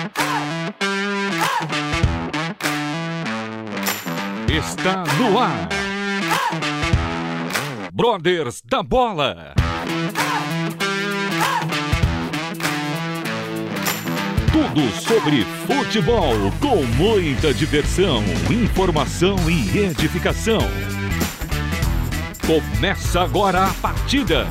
Está no ar. Brothers da Bola. Tudo sobre futebol com muita diversão, informação e edificação. Começa agora a partida.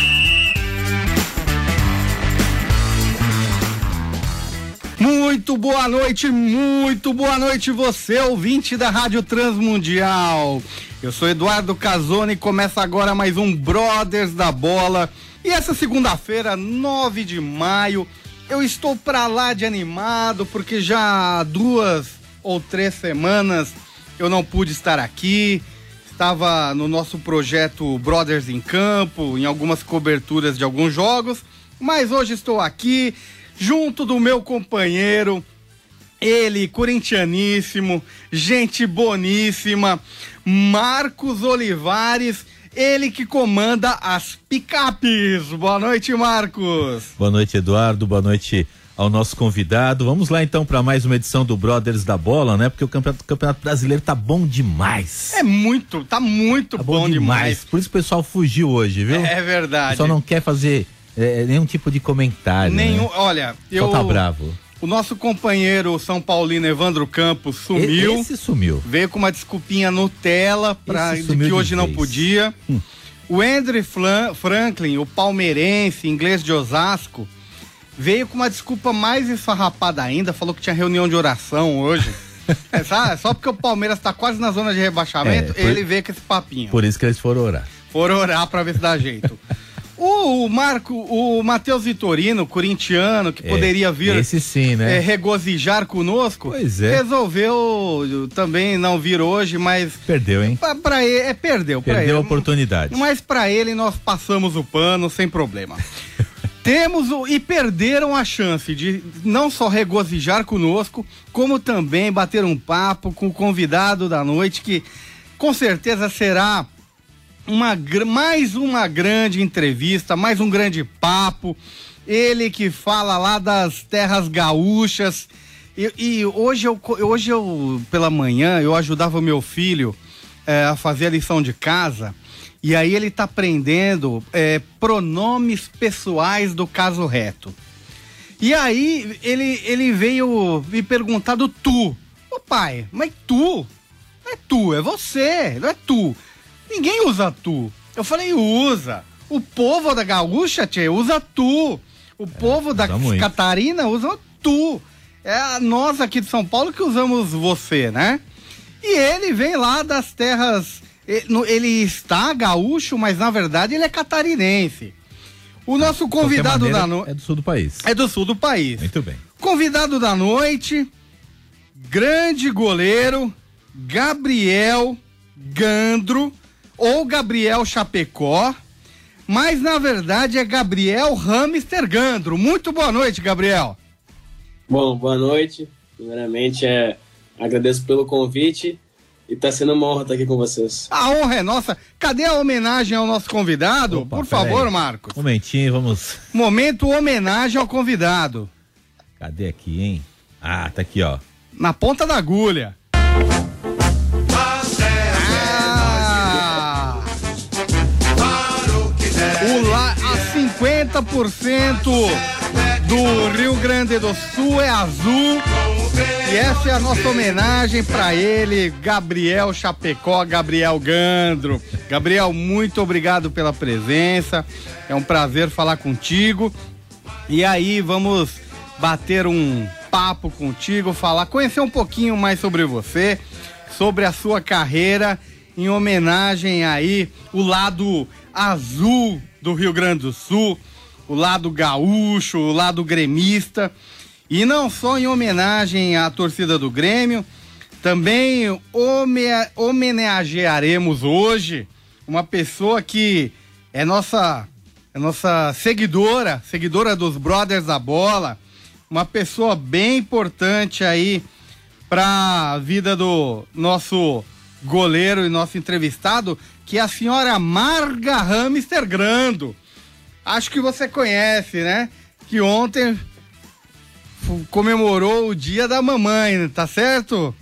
Muito boa noite você, ouvinte da Rádio Transmundial. Eu sou Eduardo Casoni e começa agora mais um Brothers da Bola. E essa segunda-feira, 9 de maio, eu estou pra lá de animado, porque já há 2 ou 3 semanas eu não pude estar aqui. Estava no nosso projeto Brothers em Campo, em algumas coberturas de alguns jogos, mas hoje estou aqui junto do meu companheiro, ele, corintianíssimo, gente boníssima, Marcos Olivares, ele que comanda as picapes. Boa noite, Marcos. Boa noite, Eduardo, boa noite ao nosso convidado. Vamos lá então para mais uma edição do Brothers da Bola, né? Porque o Campeonato Brasileiro tá bom demais. Tá muito bom demais. Por isso o pessoal fugiu hoje, viu? É verdade. O pessoal não quer fazer nenhum tipo de comentário. Nenhum, né? Olha, eu tá bravo. O nosso companheiro São Paulino Evandro Campos sumiu. Esse sumiu. Veio com uma desculpinha Nutella de que hoje não podia. O Andrew Franklin, o palmeirense, inglês de Osasco, veio com uma desculpa mais esfarrapada ainda, falou que tinha reunião de oração hoje. Só porque o Palmeiras tá quase na zona de rebaixamento, ele veio com esse papinho. Por isso que eles foram orar. Foram orar pra ver se dá jeito. O Matheus Vitorino, corintiano, que poderia vir esse sim, né? Regozijar conosco, pois é. Resolveu também não vir hoje, mas perdeu, hein? Pra ele, perdeu a oportunidade. Mas pra ele nós passamos o pano sem problema. Perderam a chance de não só regozijar conosco, como também bater um papo com o convidado da noite, que com certeza será mais uma grande entrevista, mais um grande papo. Ele que fala lá das terras gaúchas. E hoje eu pela manhã, eu ajudava o meu filho a fazer a lição de casa. E aí ele tá aprendendo pronomes pessoais do caso reto. E aí ele veio me perguntar do tu. Ô pai, mas tu? Não é tu, é você, não é tu. Ninguém usa tu. Eu falei, usa. O povo da gaúcha, tchê, usa tu. O povo da Catarina usa tu. É nós aqui de São Paulo que usamos você, né? E ele vem lá das terras... Ele está gaúcho, mas na verdade ele é catarinense. O nosso convidado da noite... É do sul do país. É do sul do país. Muito bem. Convidado da noite, grande goleiro, Gabriel Gandro, ou Gabriel Chapecó, mas na verdade é Gabriel Hamster Gandro. Muito boa noite, Gabriel. Bom, boa noite. Primeiramente, agradeço pelo convite e tá sendo uma honra estar aqui com vocês. A honra é nossa. Cadê a homenagem ao nosso convidado? Opa, por favor, Marcos. Momentinho, vamos... Momento homenagem ao convidado. Cadê aqui, hein? Ah, tá aqui, ó. Na ponta da agulha. A 50% do Rio Grande do Sul é azul. E essa é a nossa homenagem para ele, Gabriel Chapecó, Gabriel Gandro. Gabriel, muito obrigado pela presença. É um prazer falar contigo. E aí, vamos bater um papo contigo, conhecer um pouquinho mais sobre você, sobre a sua carreira, em homenagem aí o lado azul do Rio Grande do Sul, o lado gaúcho, o lado gremista, e não só em homenagem à torcida do Grêmio, também homenagearemos hoje uma pessoa que é nossa seguidora dos Brothers da Bola, uma pessoa bem importante aí para a vida do nosso goleiro e nosso entrevistado, que é a senhora Marga Hamster Grando. Acho que você conhece, né? Que ontem comemorou o dia da mamãe, tá certo?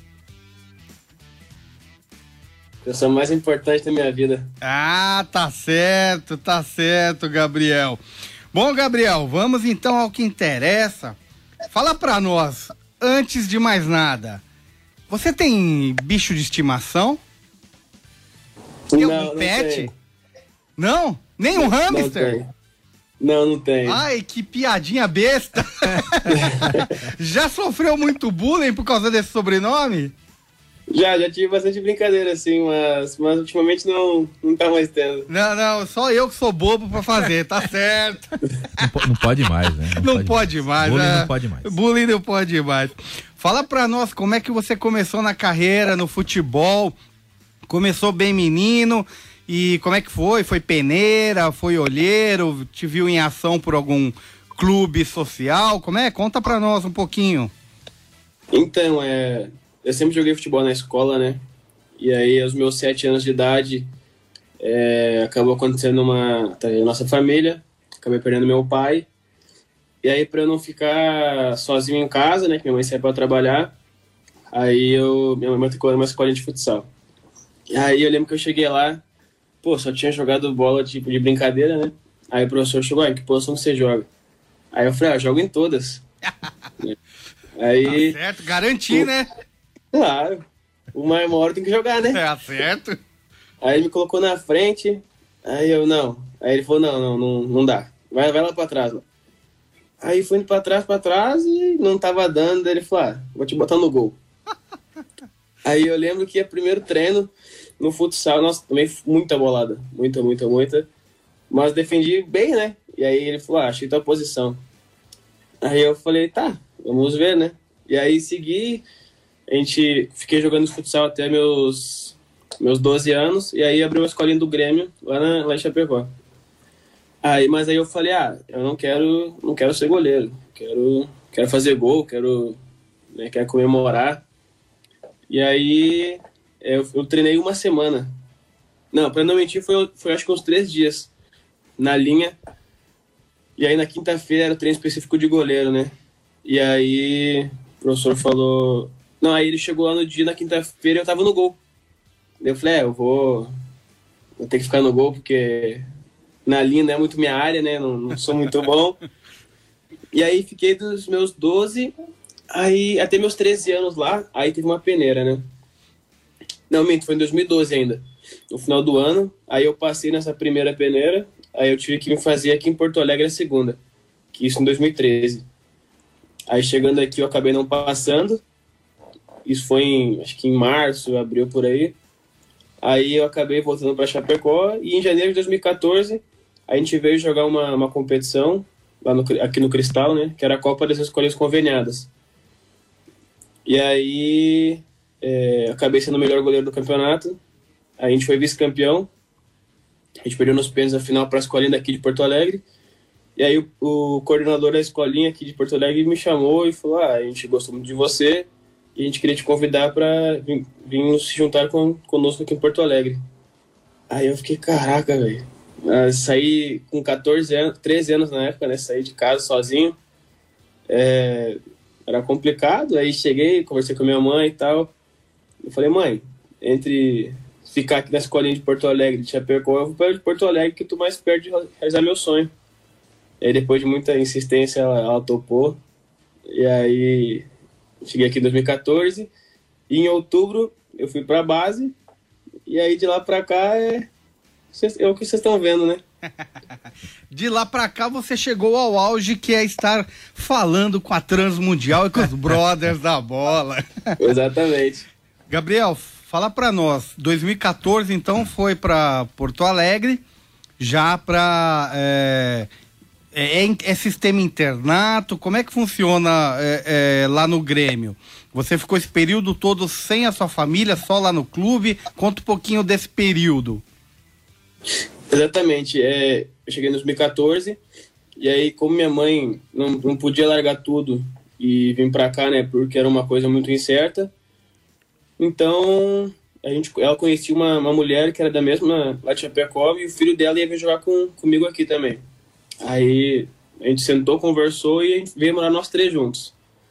Eu sou a mais importante da minha vida. Ah, tá certo, Gabriel. Bom, Gabriel, vamos então ao que interessa. Fala pra nós, antes de mais nada, você tem bicho de estimação? Tem algum pet? Tenho. Não? Nem um hamster? Não tenho. Ai, que piadinha besta. Já sofreu muito bullying por causa desse sobrenome? Já tive bastante brincadeira, assim, mas ultimamente não tá mais tendo. Não, só eu que sou bobo pra fazer, tá certo. Não pode mais, né? Não pode mais. Bullying né? não pode mais. Bullying não pode mais. Fala pra nós como é que você começou na carreira, no futebol. Começou bem menino e como é que foi? Foi peneira, foi olheiro, te viu em ação por algum clube social? Como é? Conta pra nós um pouquinho. Então, eu sempre joguei futebol na escola, né? E aí, aos meus 7 anos de idade, acabou acontecendo na nossa família, acabei perdendo meu pai. E aí, para eu não ficar sozinho em casa, né? Que minha mãe saiu para trabalhar, aí minha mãe ficou numa escolinha de futsal. E aí eu lembro que eu cheguei lá, só tinha jogado bola tipo de brincadeira, né? Aí o professor chegou, em que posição você joga? Aí eu falei, jogo em todas. Aí, tá certo, garantir, né? Claro, uma hora tem que jogar, né? Tá certo. Aí ele me colocou na frente, aí eu, não. Aí ele falou, não dá. Vai lá pra trás. Lá. Aí fui indo pra trás e não tava dando. Daí ele falou, vou te botar no gol. Aí eu lembro que o primeiro treino no futsal, nossa, tomei muita bolada. Muita. Mas defendi bem, né? E aí ele falou, achei tua posição. Aí eu falei, tá, vamos ver, né? E aí segui, fiquei jogando futsal até meus 12 anos, e aí abri uma escolinha do Grêmio lá em Chapecó. Mas aí eu falei, eu não quero ser goleiro, quero fazer gol, quero comemorar. E aí eu treinei uma semana. Não, pra não mentir, foi acho que uns 3 dias na linha. E aí na quinta-feira era o treino específico de goleiro, né? E aí o professor falou... Não, aí ele chegou lá no dia, na quinta-feira, eu tava no gol. Eu falei, eu vou ter que ficar no gol, porque na linha não é muito minha área, né? Não sou muito bom. E aí fiquei dos meus 12, aí até meus 13 anos lá, aí teve uma peneira, né? Não, minto, foi em 2012 ainda. No final do ano, aí eu passei nessa primeira peneira, aí eu tive que me fazer aqui em Porto Alegre a segunda, que isso em 2013. Aí chegando aqui eu acabei não passando, isso foi acho que em março, abril, por aí. Aí eu acabei voltando para Chapecó e em janeiro de 2014 a gente veio jogar uma competição lá aqui no Cristal, né? Que era a Copa das Escolas Conveniadas. E aí acabei sendo o melhor goleiro do campeonato. A gente foi vice-campeão. A gente perdeu nos pênaltis a final para a escolinha daqui de Porto Alegre. E aí o coordenador da escolinha aqui de Porto Alegre me chamou e falou, a gente gostou muito de você e a gente queria te convidar para vir se juntar conosco aqui em Porto Alegre. Aí eu fiquei, caraca, velho. Saí com 13 anos na época, né? Saí de casa sozinho. Era complicado. Aí cheguei, conversei com a minha mãe e tal. Eu falei, mãe, entre ficar aqui na escolinha de Porto Alegre, de Chapecó, eu vou para Porto Alegre, que eu tô mais perto de realizar meu sonho. E aí, depois de muita insistência, ela topou. E aí, cheguei aqui em 2014. E em outubro, eu fui pra base. E aí, de lá pra cá, é o que vocês estão vendo, né? De lá pra cá, você chegou ao auge, que é estar falando com a Transmundial e com os brothers da bola. Exatamente. Gabriel, fala pra nós. 2014, então, foi pra Porto Alegre, já pra... É sistema internato? Como é que funciona lá no Grêmio? Você ficou esse período todo sem a sua família, só lá no clube? Conta um pouquinho desse período. Exatamente. Eu cheguei em 2014 e aí, como minha mãe não podia largar tudo e vir pra cá, né, porque era uma coisa muito incerta, então ela conhecia uma mulher que era da mesma lá de Chapecó e o filho dela ia vir jogar comigo aqui também. Aí a gente sentou, conversou e a gente veio morar nós 3 juntos.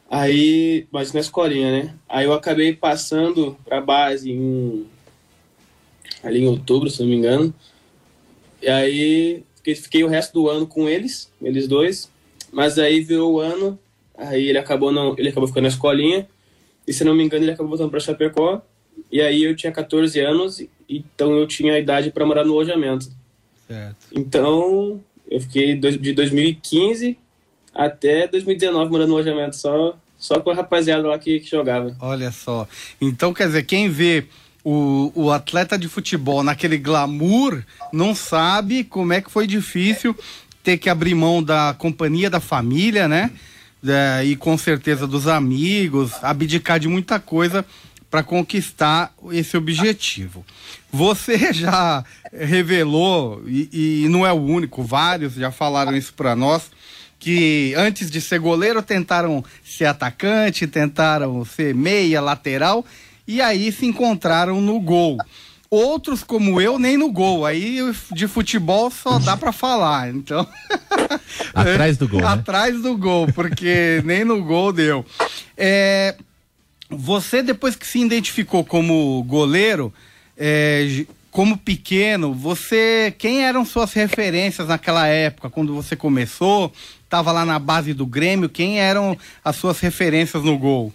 Aí, mas na escolinha, né? Aí eu acabei passando pra base ali em outubro, se não me engano. E aí fiquei o resto do ano com eles dois. Mas aí virou o ano, aí ele acabou ficando na escolinha. E se não me engano, ele acabou voltando pra Chapecó. E aí eu tinha 14 anos, então eu tinha a idade para morar no alojamento. Certo. Então, eu fiquei de 2015 até 2019 morando no alojamento, só com a rapaziada lá que jogava. Olha só. Então, quer dizer, quem vê o atleta de futebol naquele glamour não sabe como é que foi difícil ter que abrir mão da companhia da família, né? E com certeza dos amigos, abdicar de muita coisa para conquistar esse objetivo. Você já revelou, e não é o único, vários já falaram isso para nós, que antes de ser goleiro tentaram ser atacante, tentaram ser meia, lateral, e aí se encontraram no gol. Outros, como eu, nem no gol. Aí de futebol só dá para falar. Então. Atrás do gol. Né? Atrás do gol, porque nem no gol deu. Você, depois que se identificou como goleiro, como pequeno, quem eram suas referências naquela época, quando você começou? Estava lá na base do Grêmio, quem eram as suas referências no gol?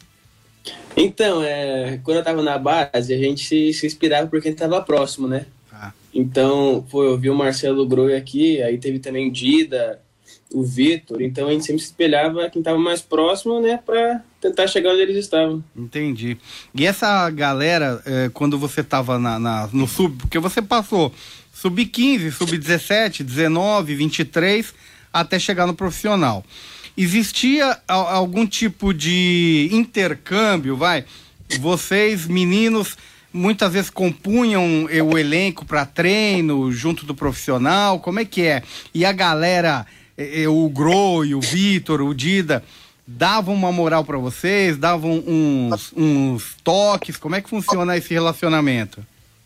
Então, quando eu tava na base, a gente se inspirava por quem tava próximo, né? Então, eu vi o Marcelo Groi aqui, aí teve também o Dida, o Vitor, então a gente sempre se espelhava quem tava mais próximo, né, pra tentar chegar onde eles estavam. Entendi. E essa galera, quando você tava no sub, porque você passou sub-15, sub-17, 19, 23, até chegar no profissional. Existia algum tipo de intercâmbio, Vocês, meninos, muitas vezes compunham o elenco para treino junto do profissional, como é que é? E a galera, o Groi, o Vitor, o Dida, davam uma moral para vocês, davam uns toques, como é que funciona esse relacionamento?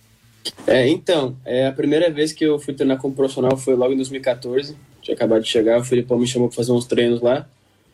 Então, a primeira vez que eu fui treinar como profissional foi logo em 2014, tinha acabado de chegar, o Felipão me chamou para fazer uns treinos lá.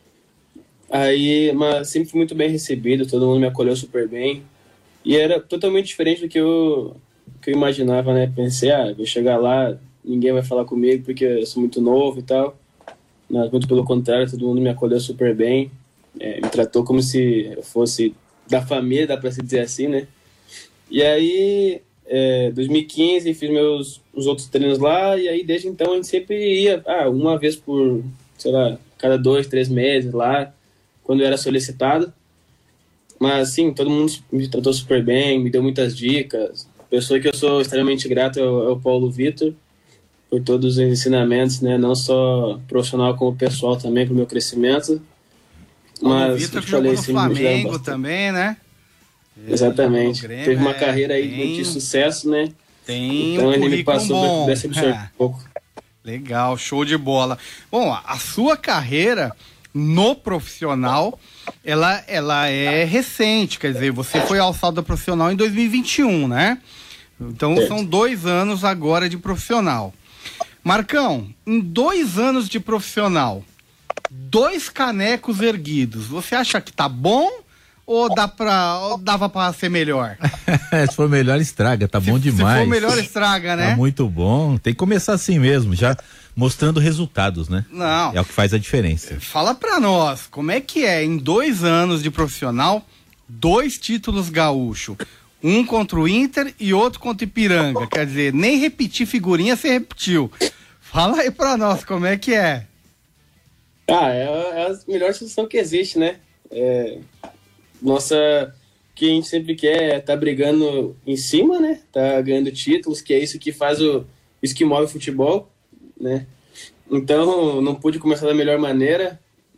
Aí, mas sempre fui muito bem recebido, todo mundo me acolheu super bem. E era totalmente diferente do que eu imaginava, né? Pensei, vou chegar lá, ninguém vai falar comigo porque eu sou muito novo e tal. Mas muito pelo contrário, todo mundo me acolheu super bem. Me tratou como se eu fosse da família, dá pra se dizer assim, né? E aí, 2015, fiz os outros treinos lá, e aí desde então a gente sempre ia, uma vez por, sei lá, cada 2, 3 meses lá, quando eu era solicitado. Mas sim, todo mundo me tratou super bem, me deu muitas dicas. A pessoa que eu sou extremamente grato é o Paulo Vitor, por todos os ensinamentos, né? Não só profissional como pessoal também, para o meu crescimento. Mas o Vitor jogou no Flamengo também, né? Exatamente. Grêmio, teve uma carreira aí de sucesso, né? Então ele me passou por decepção um pouco. Legal, show de bola. Bom, a sua carreira no profissional, ela é recente, quer dizer, você foi alçado profissional em 2021, né? Então são 2 anos agora de profissional. Marcão, em 2 anos de profissional, 2 canecos erguidos, você acha que tá bom ou dava pra ser melhor? Se for melhor, estraga, tá bom demais. Se for melhor, estraga, né? Tá muito bom, tem que começar assim mesmo, já mostrando resultados, né? Não. É o que faz a diferença. Fala pra nós, como é que é, em 2 anos de profissional, 2 títulos gaúcho, um contra o Inter e outro contra o Ipiranga, quer dizer, nem repetir figurinha, você repetiu. Fala aí pra nós, como é que é? É a melhor situação que existe, né? Nossa, que a gente sempre quer tá brigando em cima, né? Tá ganhando títulos, que é isso que faz isso que move o futebol, né? Então, não pude começar da melhor maneira.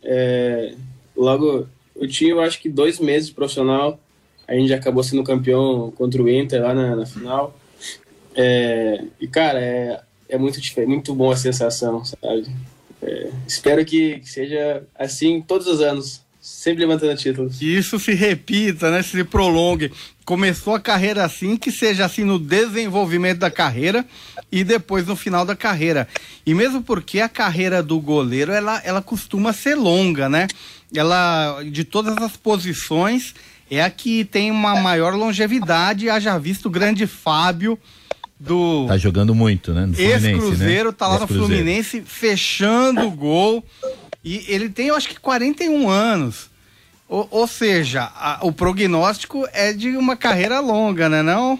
Logo, eu tinha, eu acho que 2 meses de profissional, a gente já acabou sendo campeão contra o Inter lá na final. E, cara, é muito diferente, muito boa a sensação, sabe? Espero que seja assim todos os anos, Sempre levantando títulos. Que isso se repita, né? Se prolongue. Começou a carreira assim, que seja assim no desenvolvimento da carreira e depois no final da carreira. E mesmo porque a carreira do goleiro, ela costuma ser longa, né? Ela, de todas as posições, é a que tem uma maior longevidade. Haja visto o grande Fábio do... Tá jogando muito, né? No Fluminense, ex-Cruzeiro, né? Tá lá no Fluminense, fechando o gol. E ele tem, eu acho que 41 anos. Ou seja, o prognóstico é de uma carreira longa, né, não?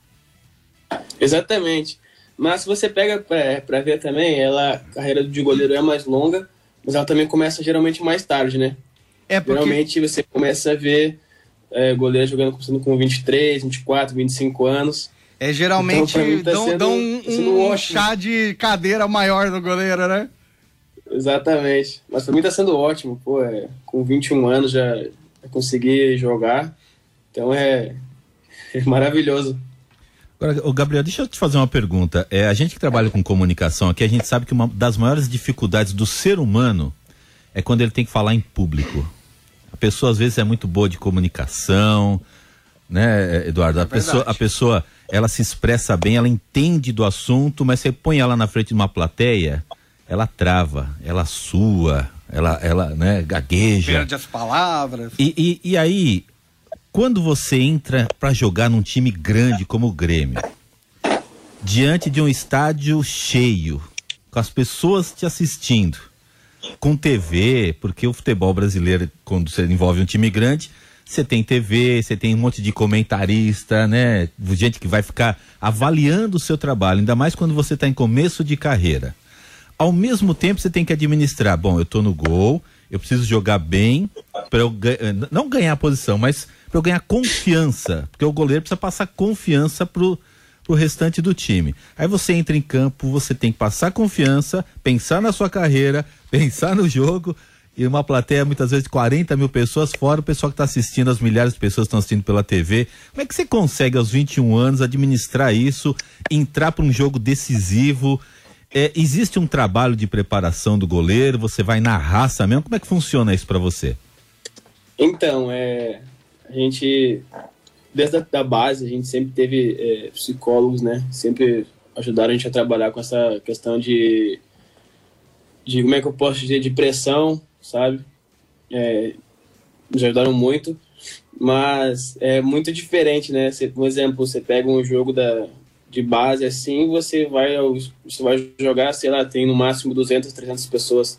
Exatamente. Mas se você pega pra ver também, a carreira de goleiro é mais longa, mas ela também começa geralmente mais tarde, né? Porque... Geralmente você começa a ver goleiro jogando começando com 23, 24, 25 anos. Geralmente então, dão um chá de cadeira maior no goleiro, né? Exatamente. Mas pra mim tá sendo ótimo, pô. Com 21 anos já consegui jogar. Então é maravilhoso. Agora, Gabriel, deixa eu te fazer uma pergunta. A gente que trabalha com comunicação aqui, a gente sabe que uma das maiores dificuldades do ser humano é quando ele tem que falar em público. A pessoa às vezes é muito boa de comunicação, né, Eduardo? A pessoa, ela se expressa bem, ela entende do assunto, mas você põe ela na frente de uma plateia, ela trava, ela sua, ela né, gagueja. Perde as palavras. E aí, quando você entra para jogar num time grande como o Grêmio, diante de um estádio cheio, com as pessoas te assistindo, com TV, porque o futebol brasileiro, quando você envolve um time grande, você tem TV, você tem um monte de comentarista, né? Gente que vai ficar avaliando o seu trabalho, ainda mais quando você está em começo de carreira. Ao mesmo tempo, você tem que administrar. Bom, eu tô no gol, eu preciso jogar bem para eu não ganhar a posição, mas para eu ganhar confiança, porque o goleiro precisa passar confiança pro restante do time. Aí você entra em campo, você tem que passar confiança, pensar na sua carreira, pensar no jogo, e uma plateia muitas vezes de 40 mil pessoas, fora o pessoal que está assistindo, as milhares de pessoas que estão assistindo pela TV. Como é que você consegue aos 21 anos administrar isso, entrar para um jogo decisivo? Existe um trabalho de preparação do goleiro? Você vai na raça mesmo? Como é que funciona isso para você? Então, a gente, desde a base, a gente sempre teve psicólogos, né? Sempre ajudaram a gente a trabalhar com essa questão de como é que eu posso dizer, de pressão, sabe? Nos ajudaram muito, mas é muito diferente, né? Por exemplo, você pega um jogo de base assim, você vai jogar, sei lá, tem no máximo 200, 300 pessoas.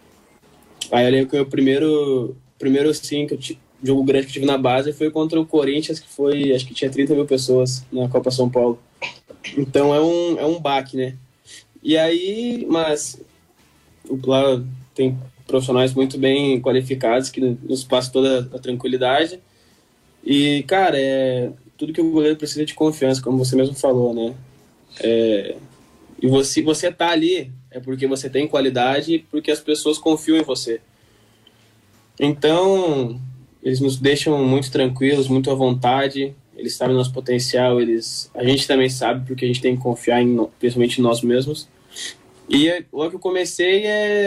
Aí eu lembro que o primeiro sim, jogo grande que eu tive na base foi contra o Corinthians, que foi, acho que tinha 30 mil pessoas na Copa São Paulo. Então é um baque, né? E aí, mas lá tem profissionais muito bem qualificados que nos passam toda a tranquilidade. E, cara, tudo que o goleiro precisa de confiança, como você mesmo falou, né? E você tá ali é porque você tem qualidade e porque as pessoas confiam em você. Então, eles nos deixam muito tranquilos, muito à vontade, eles sabem o nosso potencial, a gente também sabe, porque a gente tem que confiar principalmente em nós mesmos. E logo que eu comecei,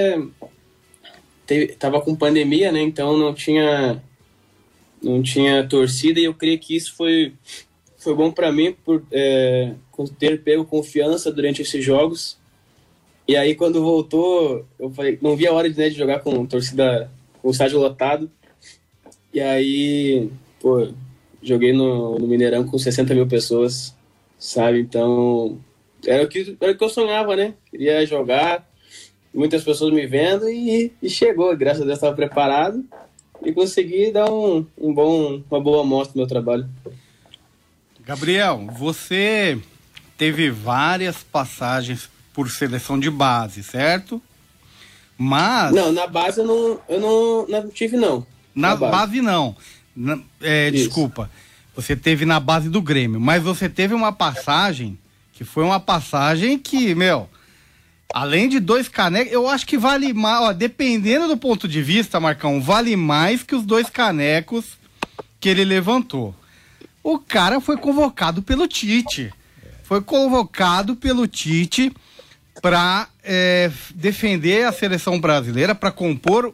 tava com pandemia, né? Então não tinha torcida, e eu creio que isso foi bom para mim por ter pego confiança durante esses jogos. E aí quando voltou, eu falei, não vi a hora de jogar com torcida, com o estádio lotado. E aí, pô, joguei no Mineirão com 60 mil pessoas, sabe? Então era o que eu sonhava, né? Queria jogar, muitas pessoas me vendo, e chegou, graças a Deus estava preparado e consegui dar uma boa amostra do meu trabalho. Gabriel, você teve várias passagens por seleção de base, certo? Mas... Não, na base eu não tive, não. Na base não. Desculpa. Você teve na base do Grêmio, mas você teve uma passagem que foi uma passagem que, além de 2 canecos, eu acho que vale mais, ó, dependendo do ponto de vista, Marcão, vale mais que os 2 canecos que ele levantou. O cara foi convocado pelo Tite. Foi convocado pelo Tite para defender a seleção brasileira, para compor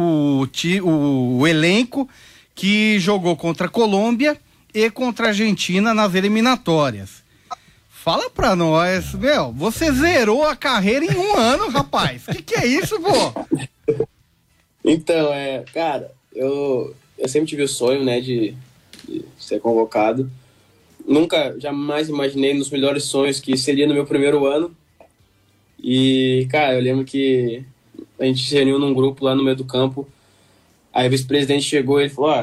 o elenco que jogou contra a Colômbia e contra a Argentina nas eliminatórias. Fala pra nós, você zerou a carreira em 1 ano, rapaz. Que é isso, pô? Então, cara, eu sempre tive o sonho, né, de ser convocado. Nunca, jamais imaginei nos melhores sonhos que seria no meu primeiro ano. E, cara, eu lembro que a gente se reuniu num grupo lá no meio do campo. Aí o vice-presidente chegou e ele falou,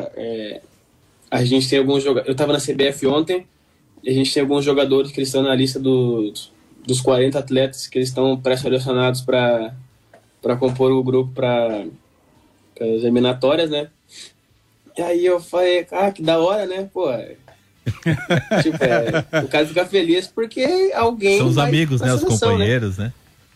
a gente tem alguns jogadores... Eu tava na CBF ontem, e a gente tem alguns jogadores que eles estão na lista dos 40 atletas que eles estão pré-selecionados para compor o grupo para as eliminatórias, né? E aí eu falei, que da hora, né? Pô, tipo, o cara fica feliz porque alguém... São os amigos, né? Os companheiros, né?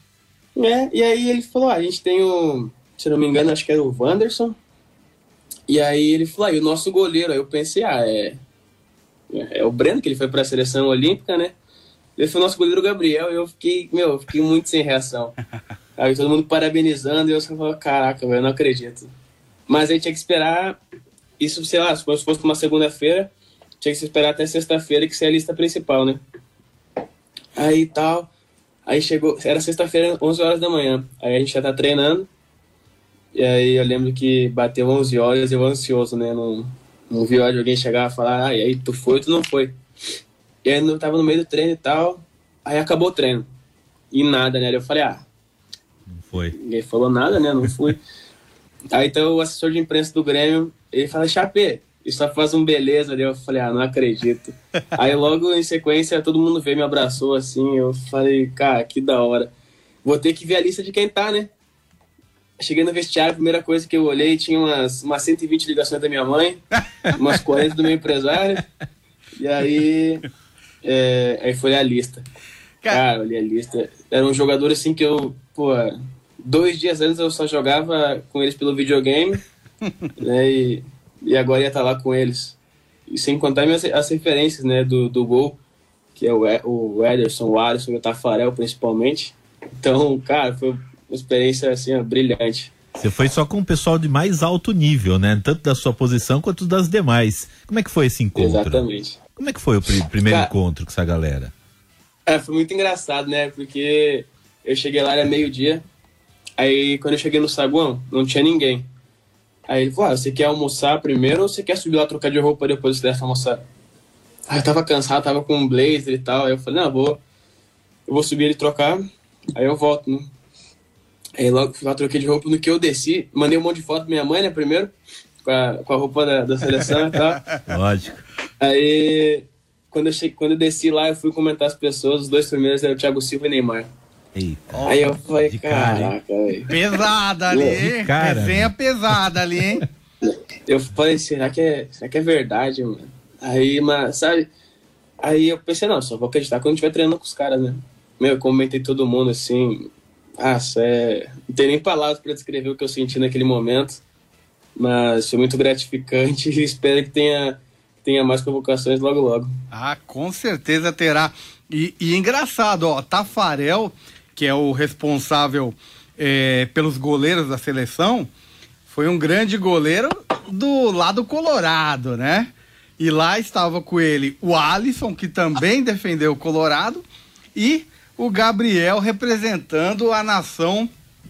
E aí ele falou, a gente tem se não me engano, acho que era o Wanderson. E aí ele falou, e o nosso goleiro? Aí eu pensei, é o Breno, que ele foi para a seleção olímpica, né? Ele foi o nosso goleiro Gabriel, e eu fiquei muito sem reação. Aí todo mundo parabenizando, e eu só falei, caraca, velho, eu não acredito. Mas aí tinha que esperar, isso, sei lá, se fosse uma segunda-feira, tinha que esperar até sexta-feira, que seria a lista principal, né? Aí tal, aí chegou, era sexta-feira, 11 horas da manhã, aí a gente já tá treinando, e aí eu lembro que bateu 11 horas, eu ansioso, né, não vi hora de alguém chegar e falar, e aí, tu foi ou tu não foi? E aí eu tava no meio do treino e tal, aí acabou o treino, e nada, né, aí eu falei, não foi. Ninguém falou nada, né, não fui. Aí então o assessor de imprensa do Grêmio, ele fala, Chapé, e só faz um beleza ali. Eu falei, não acredito. Aí logo em sequência todo mundo veio, me abraçou assim, eu falei, cara, que da hora. Vou ter que ver a lista de quem tá, né? Cheguei no vestiário, a primeira coisa que eu olhei, tinha umas 120 ligações da minha mãe, umas 40 do meu empresário, e aí foi a lista. Cara, olhei a lista. Era um jogador assim que eu, 2 dias antes eu só jogava com eles pelo videogame, né, e agora ia estar lá com eles. E sem contar as referências, né, do gol, que é o Ederson, o Alisson e o Tafarel, principalmente. Então, cara, foi uma experiência, assim, brilhante. Você foi só com o pessoal de mais alto nível, né, tanto da sua posição quanto das demais. Como é que foi esse encontro? Exatamente. Como é que foi o primeiro encontro com essa galera? Foi muito engraçado, né, porque eu cheguei lá, era meio-dia. Aí, quando eu cheguei no saguão, não tinha ninguém. Aí ele falou, você quer almoçar primeiro ou você quer subir lá trocar de roupa depois você deve almoçar? Aí eu tava cansado, tava com um blazer e tal. Aí eu falei, não, eu vou subir ele trocar, aí eu volto, né? Aí logo fui lá, troquei de roupa. No que eu desci, mandei um monte de foto pra minha mãe, né, primeiro, com a roupa da seleção e tal. Lógico. Aí, quando eu desci lá, eu fui comentar as pessoas, os 2 primeiros eram o Thiago Silva e Neymar. Eita. Aí eu falei, caraca, velho. Pesada ali, hein? Resenha pesada ali, hein? Eu falei, será que é verdade, mano? Aí, mas, sabe? Aí eu pensei, não, só vou acreditar quando estiver treinando com os caras, né? Eu comentei todo mundo, assim... não tem nem palavras pra descrever o que eu senti naquele momento. Mas foi muito gratificante e espero que tenha mais convocações logo, logo. Com certeza terá. E engraçado, Tafarel, que é o responsável pelos goleiros da seleção, foi um grande goleiro do lado colorado, né? E lá estava com ele o Alisson, que também defendeu o Colorado, e o Gabriel representando a nação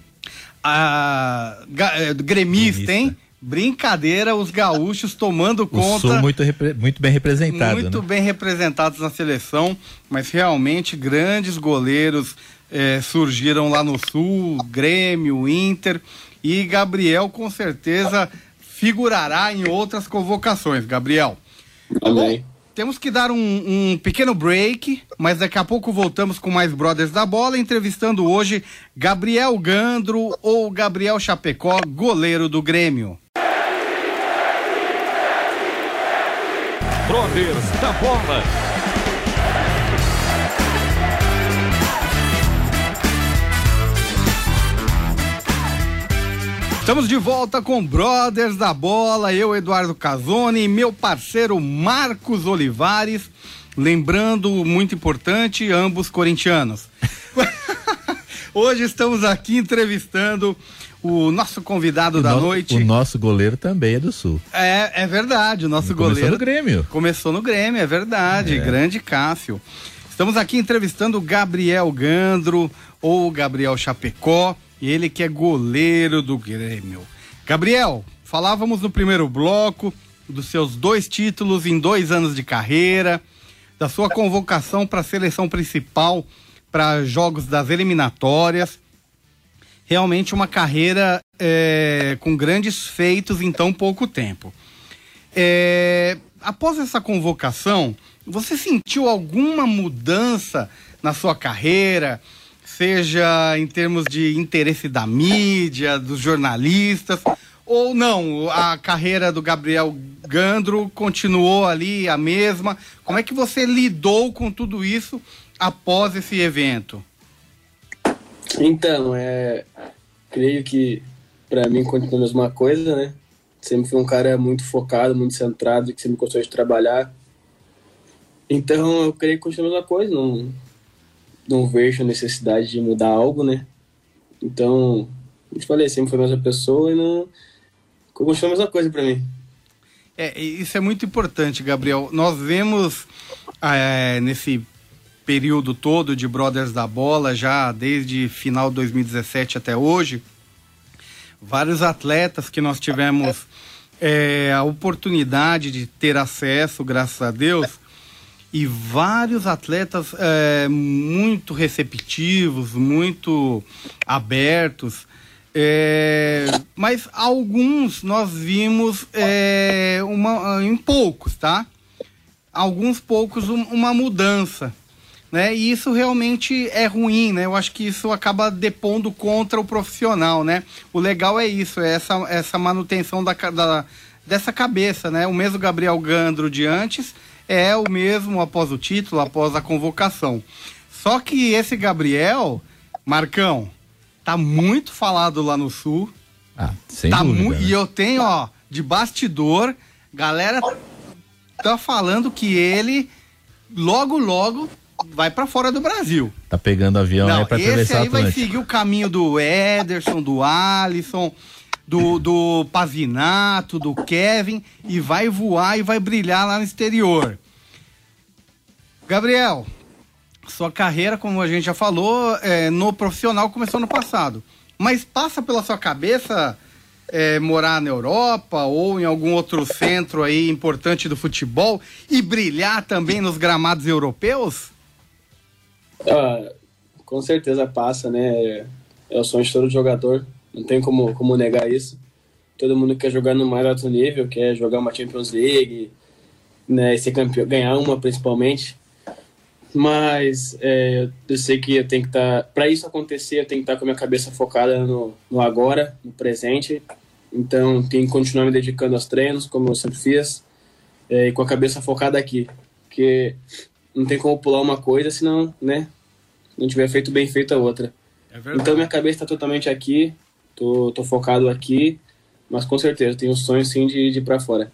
gremista, hein? Brincadeira, os gaúchos tomando conta. O Sul muito bem representado. Muito bem representados na seleção, mas realmente grandes goleiros surgiram lá no Sul, Grêmio, Inter, e Gabriel com certeza figurará em outras convocações, Gabriel. Amém. Bom, temos que dar um pequeno break, mas daqui a pouco voltamos com mais Brothers da Bola, entrevistando hoje Gabriel Gandro ou Gabriel Chapecó, goleiro do Grêmio. Brothers da Bola. Estamos de volta com Brothers da Bola, eu, Eduardo Casoni, e meu parceiro Marcos Olivares, lembrando, muito importante, ambos corintianos. Hoje estamos aqui entrevistando o nosso convidado da noite. O nosso goleiro também é do Sul. É verdade, o nosso goleiro. Começou no Grêmio. Começou no Grêmio, é verdade. Grande Cássio. Estamos aqui entrevistando o Gabriel Gandro, ou Gabriel Chapecó, ele que é goleiro do Grêmio. Gabriel, falávamos no primeiro bloco dos seus 2 títulos em 2 anos de carreira, da sua convocação para a seleção principal para jogos das eliminatórias. Realmente uma carreira com grandes feitos em tão pouco tempo. Após essa convocação, você sentiu alguma mudança na sua carreira, seja em termos de interesse da mídia, dos jornalistas, ou não? A carreira do Gabriel Gandro continuou ali a mesma? Como é que você lidou com tudo isso após esse evento? Então, creio que para mim continua a mesma coisa, né? Sempre fui um cara muito focado, muito centrado, que sempre gostou de trabalhar. Então, eu creio que continua a mesma coisa, não vejo a necessidade de mudar algo, né? Então, como eu falei, sempre foi a mesma pessoa e não continua a mesma coisa para mim. Isso é muito importante, Gabriel. Nós vemos nesse período todo de Brothers da Bola, já desde final de 2017 até hoje, vários atletas que nós tivemos a oportunidade de ter acesso, graças a Deus, e vários atletas muito receptivos, muito abertos, mas alguns nós vimos em poucos, tá? Alguns poucos uma mudança, né? E isso realmente é ruim, né? Eu acho que isso acaba depondo contra o profissional, né? O legal é isso, é essa manutenção dessa cabeça, né? O mesmo Gabriel Gandro de antes é o mesmo após o título, após a convocação. Só que esse Gabriel, Marcão, tá muito falado lá no Sul. Sem dúvida, né? E eu tenho, de bastidor, galera tá falando que ele logo vai pra fora do Brasil. Tá pegando avião aí pra atravessar o Atlântico. Esse aí vai seguir o caminho do Ederson, do Alisson, do Pavinato, do Kevin, e vai voar e vai brilhar lá no exterior. Gabriel, sua carreira, como a gente já falou, no profissional começou no passado. Mas passa pela sua cabeça morar na Europa ou em algum outro centro aí importante do futebol e brilhar também nos gramados europeus? Com certeza passa, né? É o sonho de todo jogador, não tem como negar isso. Todo mundo quer jogar no mais alto nível, quer jogar uma Champions League, né, ser campeão, ganhar uma principalmente. Mas eu sei que eu tenho que estar... Para isso acontecer, eu tenho que estar com a minha cabeça focada no agora, no presente. Então, tenho que continuar me dedicando aos treinos, como eu sempre fiz, e com a cabeça focada aqui. Porque não tem como pular uma coisa, senão, né, não tiver feito bem feito a outra. Então, minha cabeça está totalmente aqui, tô focado aqui, mas com certeza, tenho um sonho, sim, de ir para fora.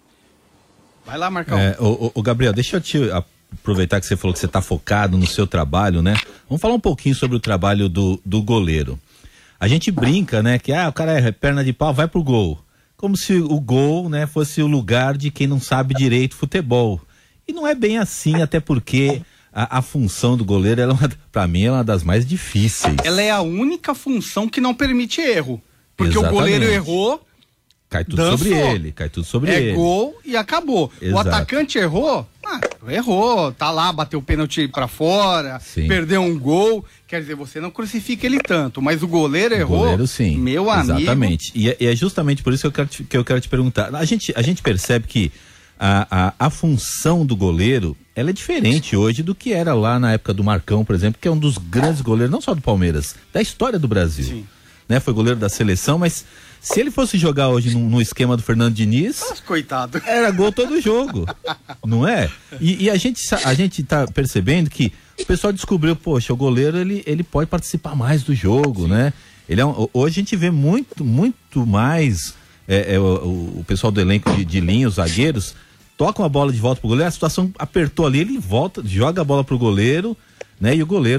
Vai lá, Marcão. O Gabriel, deixa eu te... aproveitar que você falou que você está focado no seu trabalho, né? Vamos falar um pouquinho sobre o trabalho do goleiro. A gente brinca, né? Que o cara é perna de pau, vai pro gol. Como se o gol, né, fosse o lugar de quem não sabe direito futebol. E não é bem assim, até porque a função do goleiro, para mim, é uma das mais difíceis. Ela é a única função que não permite erro. Porque Exatamente. O goleiro errou... Cai tudo sobre ele, É gol e acabou. Exato. O atacante errou, errou, tá lá, bateu o pênalti pra fora, Sim. Perdeu um gol, quer dizer, você não crucifica ele tanto, mas o goleiro errou, goleiro, sim. Meu amigo... Exatamente, e é justamente por isso que eu quero te perguntar. A gente percebe que a função do goleiro, ela é diferente hoje do que era lá na época do Marcão, por exemplo, que é um dos grandes goleiros, não só do Palmeiras, da história do Brasil. Sim. Né? Foi goleiro da seleção, mas... Se ele fosse jogar hoje no esquema do Fernando Diniz, coitado, era gol todo jogo, não é? E a gente tá percebendo que o pessoal descobriu, poxa, o goleiro ele pode participar mais do jogo, Sim. Né? Hoje a gente vê muito mais o pessoal do elenco de linha, os zagueiros, tocam a bola de volta pro goleiro, a situação apertou ali, ele volta, joga a bola pro goleiro, né? E o goleiro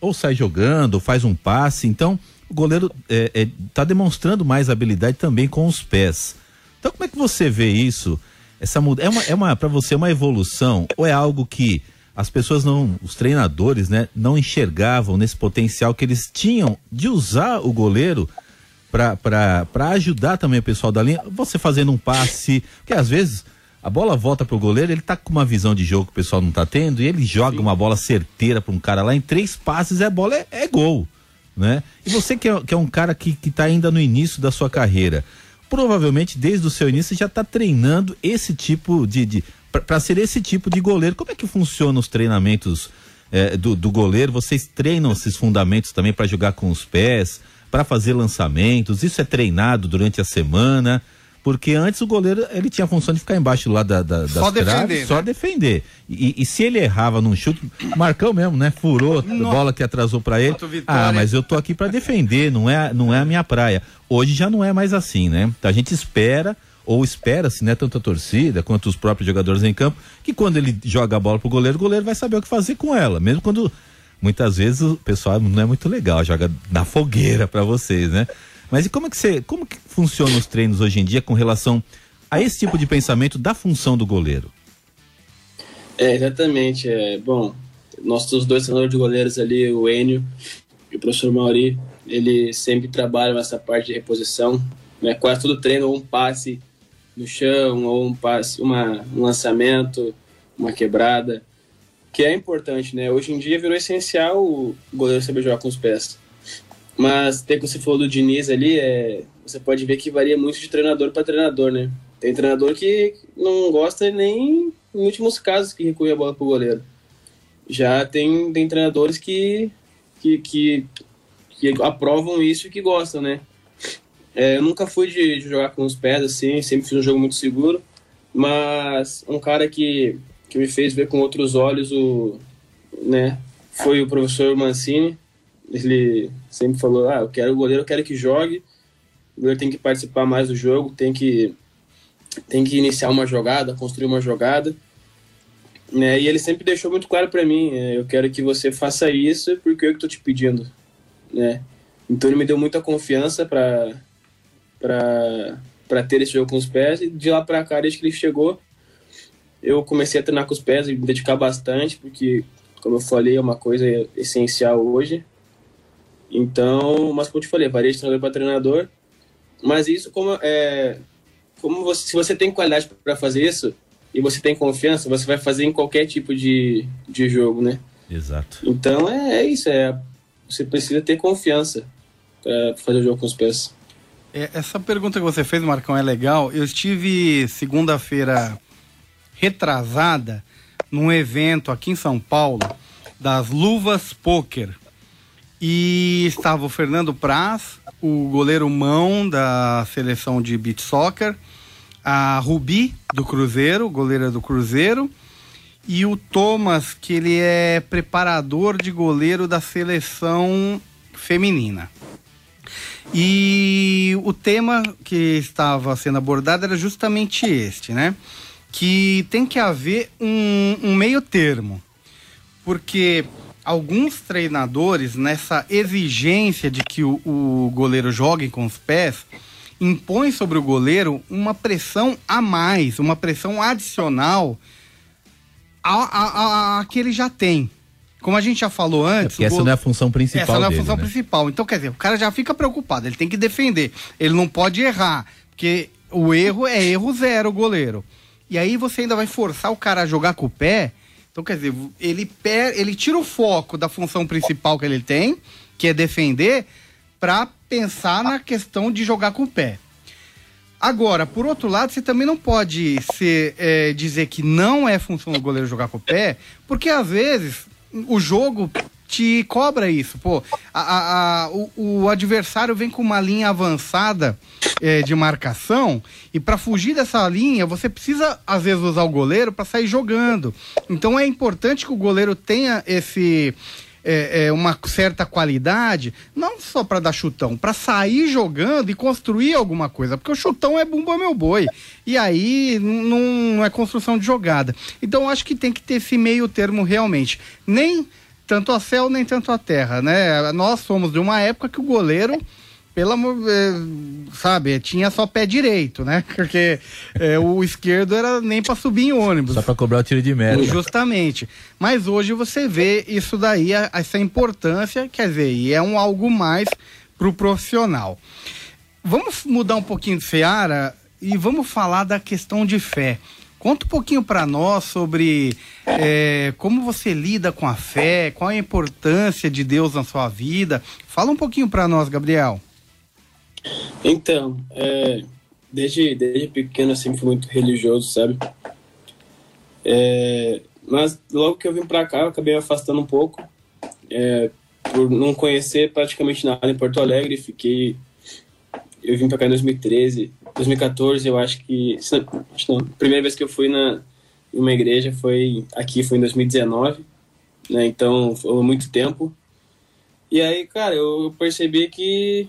ou sai jogando, ou faz um passe. Então, o goleiro tá demonstrando mais habilidade também com os pés. Então, como é que você vê isso? Essa para você uma evolução, ou é algo que as pessoas os treinadores, né, não enxergavam nesse potencial que eles tinham de usar o goleiro para ajudar também o pessoal da linha, você fazendo um passe, porque às vezes a bola volta pro goleiro, ele tá com uma visão de jogo que o pessoal não tá tendo, e ele joga uma bola certeira para um cara lá, em 3 passes a bola é gol, né? E você que é um cara que tá ainda no início da sua carreira, provavelmente desde o seu início já tá treinando esse tipo para ser esse tipo de goleiro. Como é que funciona os treinamentos do goleiro? Vocês treinam esses fundamentos também para jogar com os pés, para fazer lançamentos? Isso é treinado durante a semana? Porque antes o goleiro, ele tinha a função de ficar embaixo lá das traves, só defender. E se ele errava num chute, Marcão mesmo, né? Furou a bola que atrasou para ele. Mas eu tô aqui para defender, não é a minha praia. Hoje já não é mais assim, né? Então a gente espera-se, né? Tanto a torcida quanto os próprios jogadores em campo, que quando ele joga a bola pro goleiro, o goleiro vai saber o que fazer com ela. Mesmo quando, muitas vezes, o pessoal não é muito legal, joga na fogueira para vocês, né? Mas e como que funcionam os treinos hoje em dia com relação a esse tipo de pensamento da função do goleiro? Exatamente. Bom, nossos 2 treinadores de goleiros ali, o Enio e o professor Mauri, eles sempre trabalham essa parte de reposição, né? Quase todo treino, ou um passe no chão, ou um passe, um lançamento, uma quebrada, que é importante, né? Hoje em dia virou essencial o goleiro saber jogar com os pés. Mas até que você falou do Diniz ali, você pode ver que varia muito de treinador para treinador, né? Tem treinador que não gosta nem, em últimos casos, que recua a bola pro goleiro. Já tem treinadores que aprovam isso e que gostam, né? Eu nunca fui de jogar com os pés, assim, sempre fiz um jogo muito seguro, mas um cara que me fez ver com outros olhos foi o professor Mancini. Ele sempre falou, o goleiro eu quero que jogue, o goleiro tem que participar mais do jogo, tem que iniciar uma jogada, construir uma jogada, né? E ele sempre deixou muito claro para mim, eu quero que você faça isso porque eu que estou te pedindo, né? Então ele me deu muita confiança para ter esse jogo com os pés, e de lá para cá, desde que ele chegou, eu comecei a treinar com os pés e me dedicar bastante, porque, como eu falei, é uma coisa essencial hoje. Então, mas como eu te falei, varia de treinador para treinador, mas isso se você tem qualidade para fazer isso e você tem confiança, você vai fazer em qualquer tipo de jogo, né? Exato. Então é isso, você precisa ter confiança para fazer o jogo com os pés. Essa pergunta que você fez, Marcão, é legal. Eu estive segunda-feira retrasada num evento aqui em São Paulo das Luvas Poker. E estava o Fernando Praz, o goleiro mão da seleção de beach soccer, a Rubi do Cruzeiro, goleira do Cruzeiro, e o Thomas, que ele é preparador de goleiro da seleção feminina. E o tema que estava sendo abordado era justamente este, né? Que tem que haver um meio termo, porque alguns treinadores, nessa exigência de que o goleiro jogue com os pés, impõem sobre o goleiro uma pressão a mais, uma pressão adicional a que ele já tem. Como a gente já falou antes... Porque essa não é a função principal dele. Essa não é a função principal. Então, quer dizer, o cara já fica preocupado, ele tem que defender, ele não pode errar, porque o erro é erro zero, o goleiro. E aí você ainda vai forçar o cara a jogar com o pé. Então, quer dizer, ele tira o foco da função principal que ele tem, que é defender, para pensar na questão de jogar com o pé. Agora, por outro lado, você também não pode dizer que não é função do goleiro jogar com o pé, porque às vezes o jogo te cobra isso. Pô, o adversário vem com uma linha avançada de marcação, e para fugir dessa linha você precisa às vezes usar o goleiro para sair jogando. Então é importante que o goleiro tenha uma certa qualidade, não só para dar chutão, para sair jogando e construir alguma coisa, porque o chutão é bumba meu boi, e aí não é construção de jogada. Então eu acho que tem que ter esse meio termo realmente, nem tanto ao céu nem tanto à terra, né? Nós somos de uma época que o goleiro, pelo amor, sabe, tinha só pé direito, né? Porque o esquerdo era nem para subir em ônibus. Só para cobrar o tiro de meta. Justamente. Mas hoje você vê isso daí, essa importância, quer dizer, e é algo mais pro profissional. Vamos mudar um pouquinho de seara e vamos falar da questão de fé. Conta um pouquinho para nós sobre como você lida com a fé, qual a importância de Deus na sua vida. Fala um pouquinho para nós, Gabriel. Então, desde pequeno eu sempre fui muito religioso, sabe? Mas logo que eu vim para cá, eu acabei me afastando um pouco, por não conhecer praticamente nada em Porto Alegre. Eu vim para cá em 2014, eu acho que não, a primeira vez que eu fui em uma igreja foi em 2019, né? Então foi muito tempo. E aí, cara, eu percebi que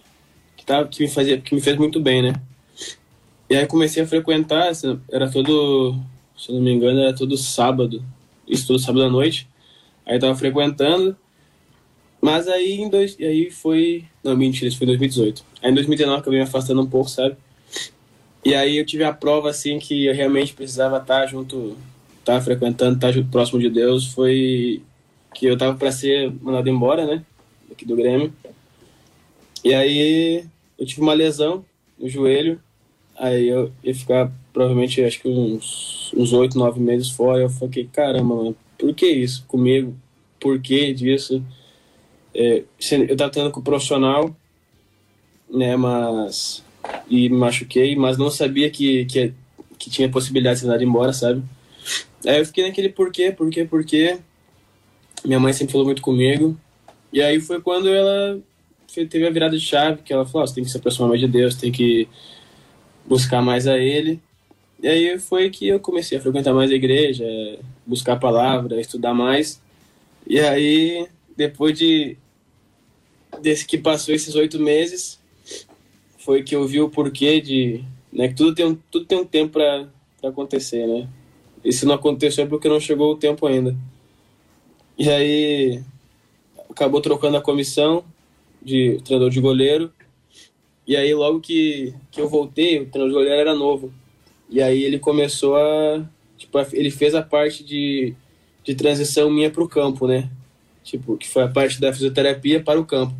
me fez muito bem, né? E aí comecei a frequentar, era todo, se eu não me engano, era todo sábado, isso todo sábado à noite. Aí eu tava frequentando, mas aí isso foi em 2018. Aí em 2019 eu acabei me afastando um pouco, sabe? E aí eu tive a prova, assim, que eu realmente precisava estar junto, estar frequentando, estar próximo de Deus, foi que eu tava para ser mandado embora, né? Aqui do Grêmio. E aí eu tive uma lesão no joelho, aí eu ia ficar provavelmente, acho que uns 8, 9 meses fora. Eu fiquei, caramba, mano, por que isso comigo? Por que disso? Eu tava treinando com o profissional, né, e me machuquei, mas não sabia que tinha possibilidade de ser mandado embora, sabe? Aí eu fiquei naquele por quê? Minha mãe sempre falou muito comigo, e aí foi quando ela teve a virada de chave, que ela falou, você tem que se aproximar mais de Deus, tem que buscar mais a Ele. E aí foi que eu comecei a frequentar mais a igreja, buscar a palavra, estudar mais. E aí, depois desse que passou esses 8 meses, foi que eu vi o porquê né, que tudo tem um tempo para acontecer, né? E se não aconteceu é porque não chegou o tempo ainda. E aí, acabou trocando a comissão de treinador de goleiro. E aí, logo que eu voltei, o treinador de goleiro era novo. E aí ele começou ele fez a parte de transição minha para o campo, né? Tipo, que foi a parte da fisioterapia para o campo.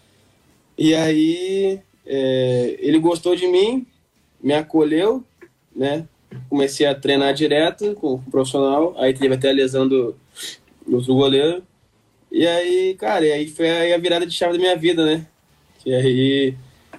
E aí, ele gostou de mim, me acolheu, né? Comecei a treinar direto com o profissional. Aí teve até a lesão do goleiro. E aí, cara, foi a virada de chave da minha vida, né? E aí,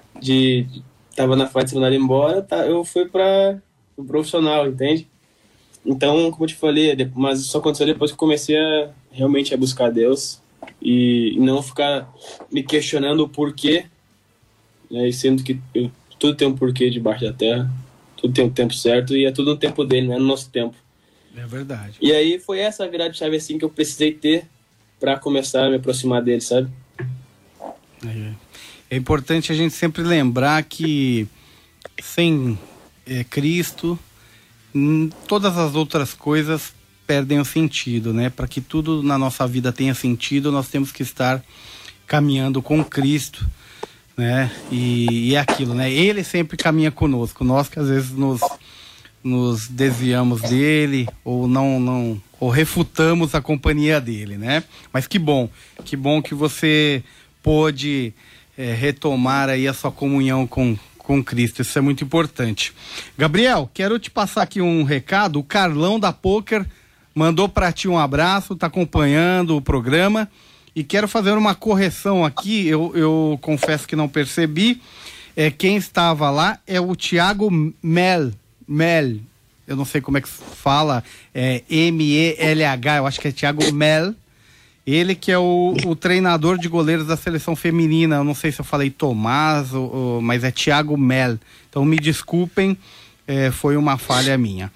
tava na fase de ser mandado embora, eu fui para o profissional, entende? Então, como eu te falei, mas isso aconteceu depois que eu comecei realmente a buscar Deus e não ficar me questionando o porquê, né? E sendo que tudo tem um porquê debaixo da terra, tudo tem um tempo certo e é tudo no tempo dele, não é no nosso tempo. É verdade. E aí foi essa virada de chave assim que eu precisei ter para começar a me aproximar dele, sabe? É importante a gente sempre lembrar que sem Cristo, todas as outras coisas perdem o sentido, né? Para que tudo na nossa vida tenha sentido, nós temos que estar caminhando com Cristo, né? E é aquilo, né? Ele sempre caminha conosco, nós que às vezes nos desviamos dele ou ou refutamos a companhia dele, né? Mas que bom que você pôde retomar aí a sua comunhão com Cristo, isso é muito importante. Gabriel, quero te passar aqui um recado. O Carlão da Poker mandou para ti um abraço, tá acompanhando o programa e quero fazer uma correção aqui, eu confesso que não percebi, quem estava lá é o Thiago Mel, eu não sei como é que fala, M-E-L-H, eu acho que é Thiago Mel. Ele que é o treinador de goleiros da seleção feminina. Eu não sei se eu falei Tomás, mas é Thiago Mel. Então me desculpem, foi uma falha minha.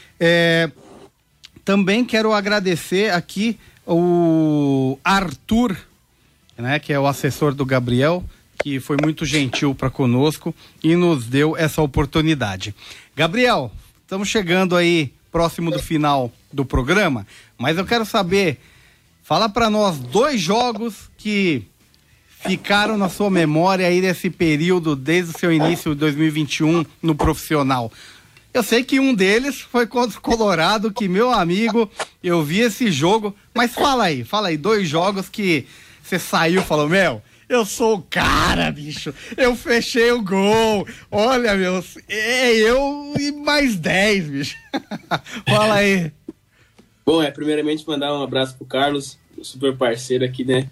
Também quero agradecer aqui o Arthur, né, que é o assessor do Gabriel, que foi muito gentil para conosco e nos deu essa oportunidade. Gabriel, estamos chegando aí próximo do final do programa, mas eu quero saber, Fala pra nós 2 jogos que ficaram na sua memória aí desse período, desde o seu início de 2021 no profissional. Eu sei que um deles foi contra o Colorado, que, meu amigo, eu vi esse jogo, mas fala aí, 2 jogos que você saiu e falou, eu sou o cara, bicho, eu fechei o gol, olha, eu e mais 10, bicho. Fala aí. Bom, primeiramente mandar um abraço pro Carlos, um super parceiro aqui, né?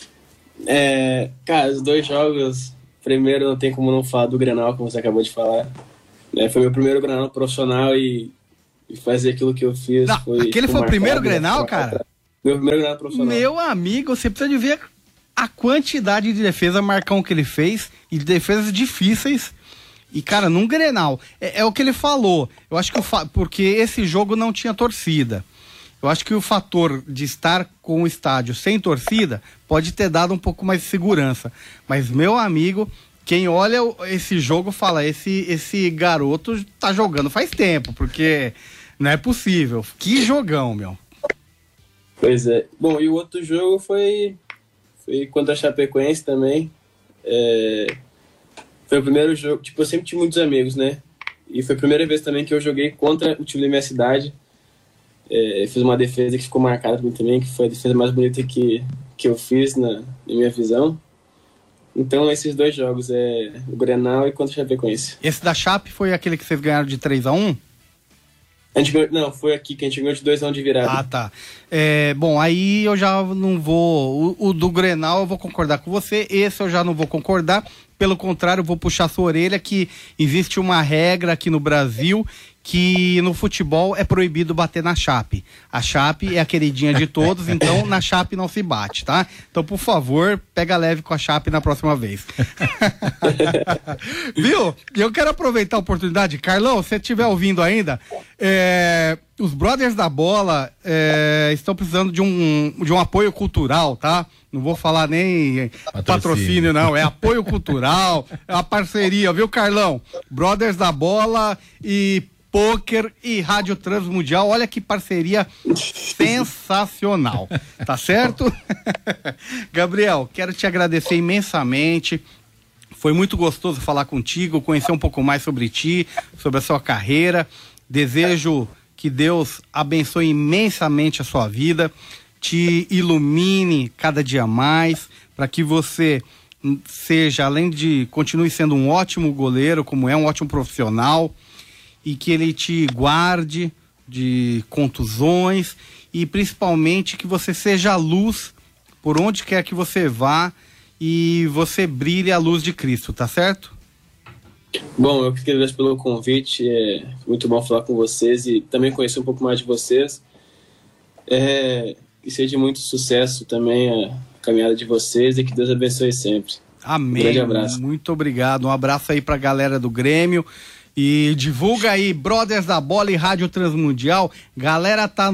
Cara, os 2 jogos, primeiro não tem como não falar do Grenal, como você acabou de falar. Foi meu primeiro Grenal profissional e fazer aquilo que eu fiz. Não, aquele foi o primeiro Grenal, cara? Meu primeiro Grenal profissional. Meu amigo, você precisa de ver a quantidade de defesa, Marcão, que ele fez, e de defesas difíceis. E, cara, num Grenal, é o que ele falou. Eu acho que porque esse jogo não tinha torcida. Eu acho que o fator de estar com o estádio sem torcida pode ter dado um pouco mais de segurança. Mas, meu amigo, quem olha esse jogo fala, esse garoto tá jogando faz tempo, porque não é possível. Que jogão, meu. Pois é. Bom, e o outro jogo foi contra a Chapecoense também. Foi o primeiro jogo, eu sempre tive muitos amigos, né? E foi a primeira vez também que eu joguei contra o time da minha cidade. Fiz uma defesa que ficou marcada para mim também, que foi a defesa mais bonita que eu fiz na minha visão. Então, esses 2 jogos, o Grenal e contra o Chapecoense. Esse da Chape foi aquele que vocês ganharam de 3-1? Não, foi aqui que a gente ganhou de 2-1 de virada. Ah, tá. Bom, aí eu já não vou... O do Grenal eu vou concordar com você, esse eu já não vou concordar. Pelo contrário, eu vou puxar sua orelha que existe uma regra aqui no Brasil que no futebol é proibido bater na Chape. A Chape é a queridinha de todos, então na Chape não se bate, tá? Então, por favor, pega leve com a Chape na próxima vez. Viu? E eu quero aproveitar a oportunidade. Carlão, se você estiver ouvindo ainda, os Brothers da Bola estão precisando de um apoio cultural, tá? Não vou falar nem patrocínio, não. É apoio cultural, é uma parceria, viu, Carlão? Brothers da Bola e Poker e Rádio Transmundial. Olha que parceria sensacional. Tá certo? Gabriel, quero te agradecer imensamente. Foi muito gostoso falar contigo, conhecer um pouco mais sobre ti, sobre a sua carreira. Desejo que Deus abençoe imensamente a sua vida, te ilumine cada dia mais, para que você seja, além de continue sendo um ótimo goleiro, como é um ótimo profissional, e que ele te guarde de contusões e principalmente que você seja a luz por onde quer que você vá e você brilhe a luz de Cristo, tá certo? Bom, eu que agradeço pelo convite, muito bom falar com vocês e também conhecer um pouco mais de vocês. Que seja de muito sucesso também a caminhada de vocês e que Deus abençoe sempre. Amém. Um grande abraço. Muito obrigado. Um abraço aí pra galera do Grêmio. E divulga aí, Brothers da Bola e Rádio Transmundial. Galera tá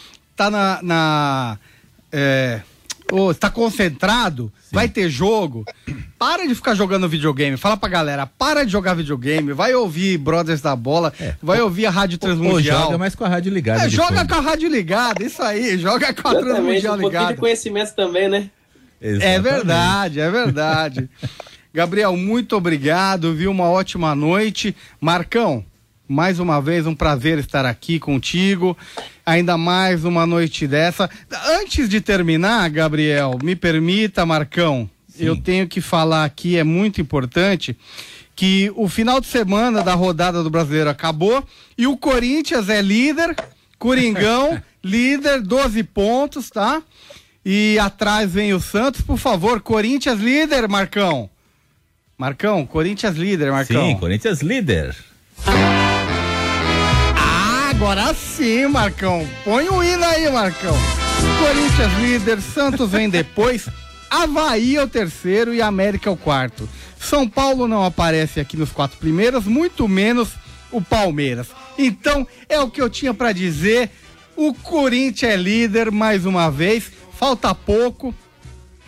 tá concentrado, sim. Vai ter jogo. Para de ficar jogando videogame. Fala pra galera, para de jogar videogame. Vai ouvir Brothers da Bola, vai ouvir a Rádio Transmundial. Joga mais com a rádio ligada. Joga com a rádio ligada, isso aí. Joga com a Transmundial ligada. Um pouquinho de conhecimento também, né? Exatamente. É verdade. Gabriel, muito obrigado, viu? Uma ótima noite. Marcão, mais uma vez um prazer estar aqui contigo. Ainda mais uma noite dessa. Antes de terminar, Gabriel, me permita, Marcão, sim. Eu tenho que falar aqui, é muito importante, que o final de semana da rodada do Brasileiro acabou e o Corinthians é líder, Coringão, líder, 12 pontos, tá? E atrás vem o Santos, por favor, Corinthians líder, Marcão. Marcão, Corinthians líder, Marcão. Sim, Corinthians líder. Agora sim, Marcão. Põe o hino aí, Marcão. Corinthians líder, Santos vem depois, Avaí é o terceiro e América é o quarto. São Paulo não aparece aqui nos 4 primeiros, muito menos o Palmeiras. Então, é o que eu tinha pra dizer. O Corinthians é líder mais uma vez. Falta pouco.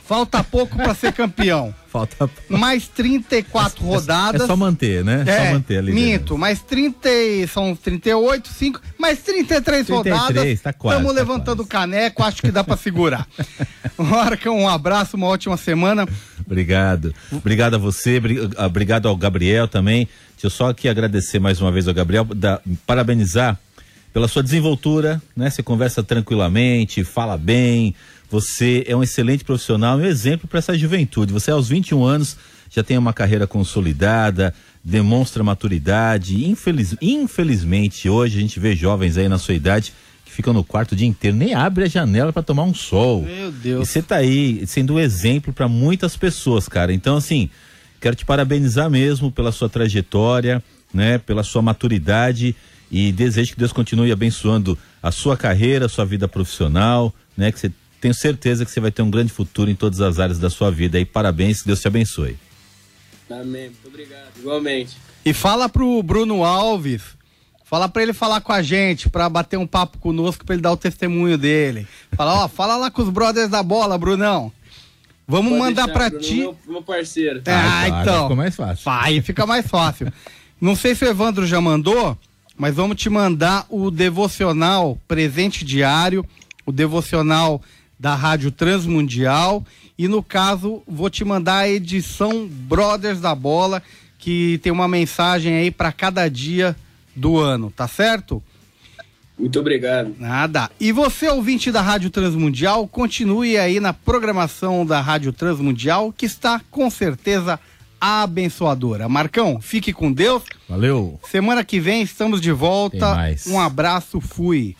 Falta pouco para ser campeão. Falta mais 34 rodadas. É só manter, né? Só manter ali. Minto, mais 30, são 38, 5, mais 33 rodadas. Tá quase. Estamos levantando o caneco, acho que dá para segurar. Marcão, um abraço, uma ótima semana. Obrigado. Obrigado a você, obrigado ao Gabriel também. Deixa eu só aqui agradecer mais uma vez ao Gabriel, parabenizar pela sua desenvoltura, né? Você conversa tranquilamente, fala bem. Você é um excelente profissional e um exemplo para essa juventude. Você aos 21 anos já tem uma carreira consolidada, demonstra maturidade. Infelizmente, hoje a gente vê jovens aí na sua idade que ficam no quarto o dia inteiro, nem abre a janela para tomar um sol. Meu Deus. E você tá aí sendo um exemplo para muitas pessoas, cara. Então, assim, quero te parabenizar mesmo pela sua trajetória, né? Pela sua maturidade e desejo que Deus continue abençoando a sua carreira, a sua vida profissional, né? Que você tenho certeza que você vai ter um grande futuro em todas as áreas da sua vida. E parabéns, que Deus te abençoe. Amém, muito obrigado, igualmente. E fala pro Bruno Alves, fala pra ele falar com a gente, pra bater um papo conosco, pra ele dar o testemunho dele. Fala, fala lá com os brothers da bola, Brunão. Vamos Pode mandar deixar, pra Bruno, ti. Meu parceiro. Então. Fica mais fácil. Aí fica mais fácil. Não sei se o Evandro já mandou, mas vamos te mandar o devocional presente diário, o devocional da Rádio Transmundial, e no caso vou te mandar a edição Brothers da Bola, que tem uma mensagem aí para cada dia do ano, tá certo? Muito obrigado. Nada. E você, ouvinte da Rádio Transmundial, continue aí na programação da Rádio Transmundial, que está com certeza abençoadora. Marcão, fique com Deus. Valeu. Semana que vem estamos de volta. Tem mais. Um abraço, fui.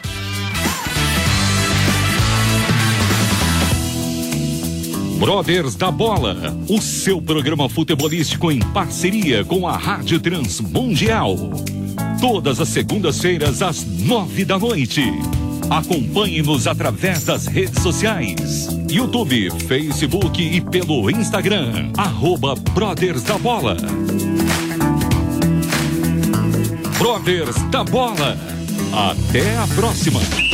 Brothers da Bola, o seu programa futebolístico em parceria com a Rádio Transmundial. Todas as segundas-feiras às 9 da noite. Acompanhe-nos através das redes sociais, YouTube, Facebook e pelo Instagram, @Brothers da Bola. Brothers da Bola. Até a próxima.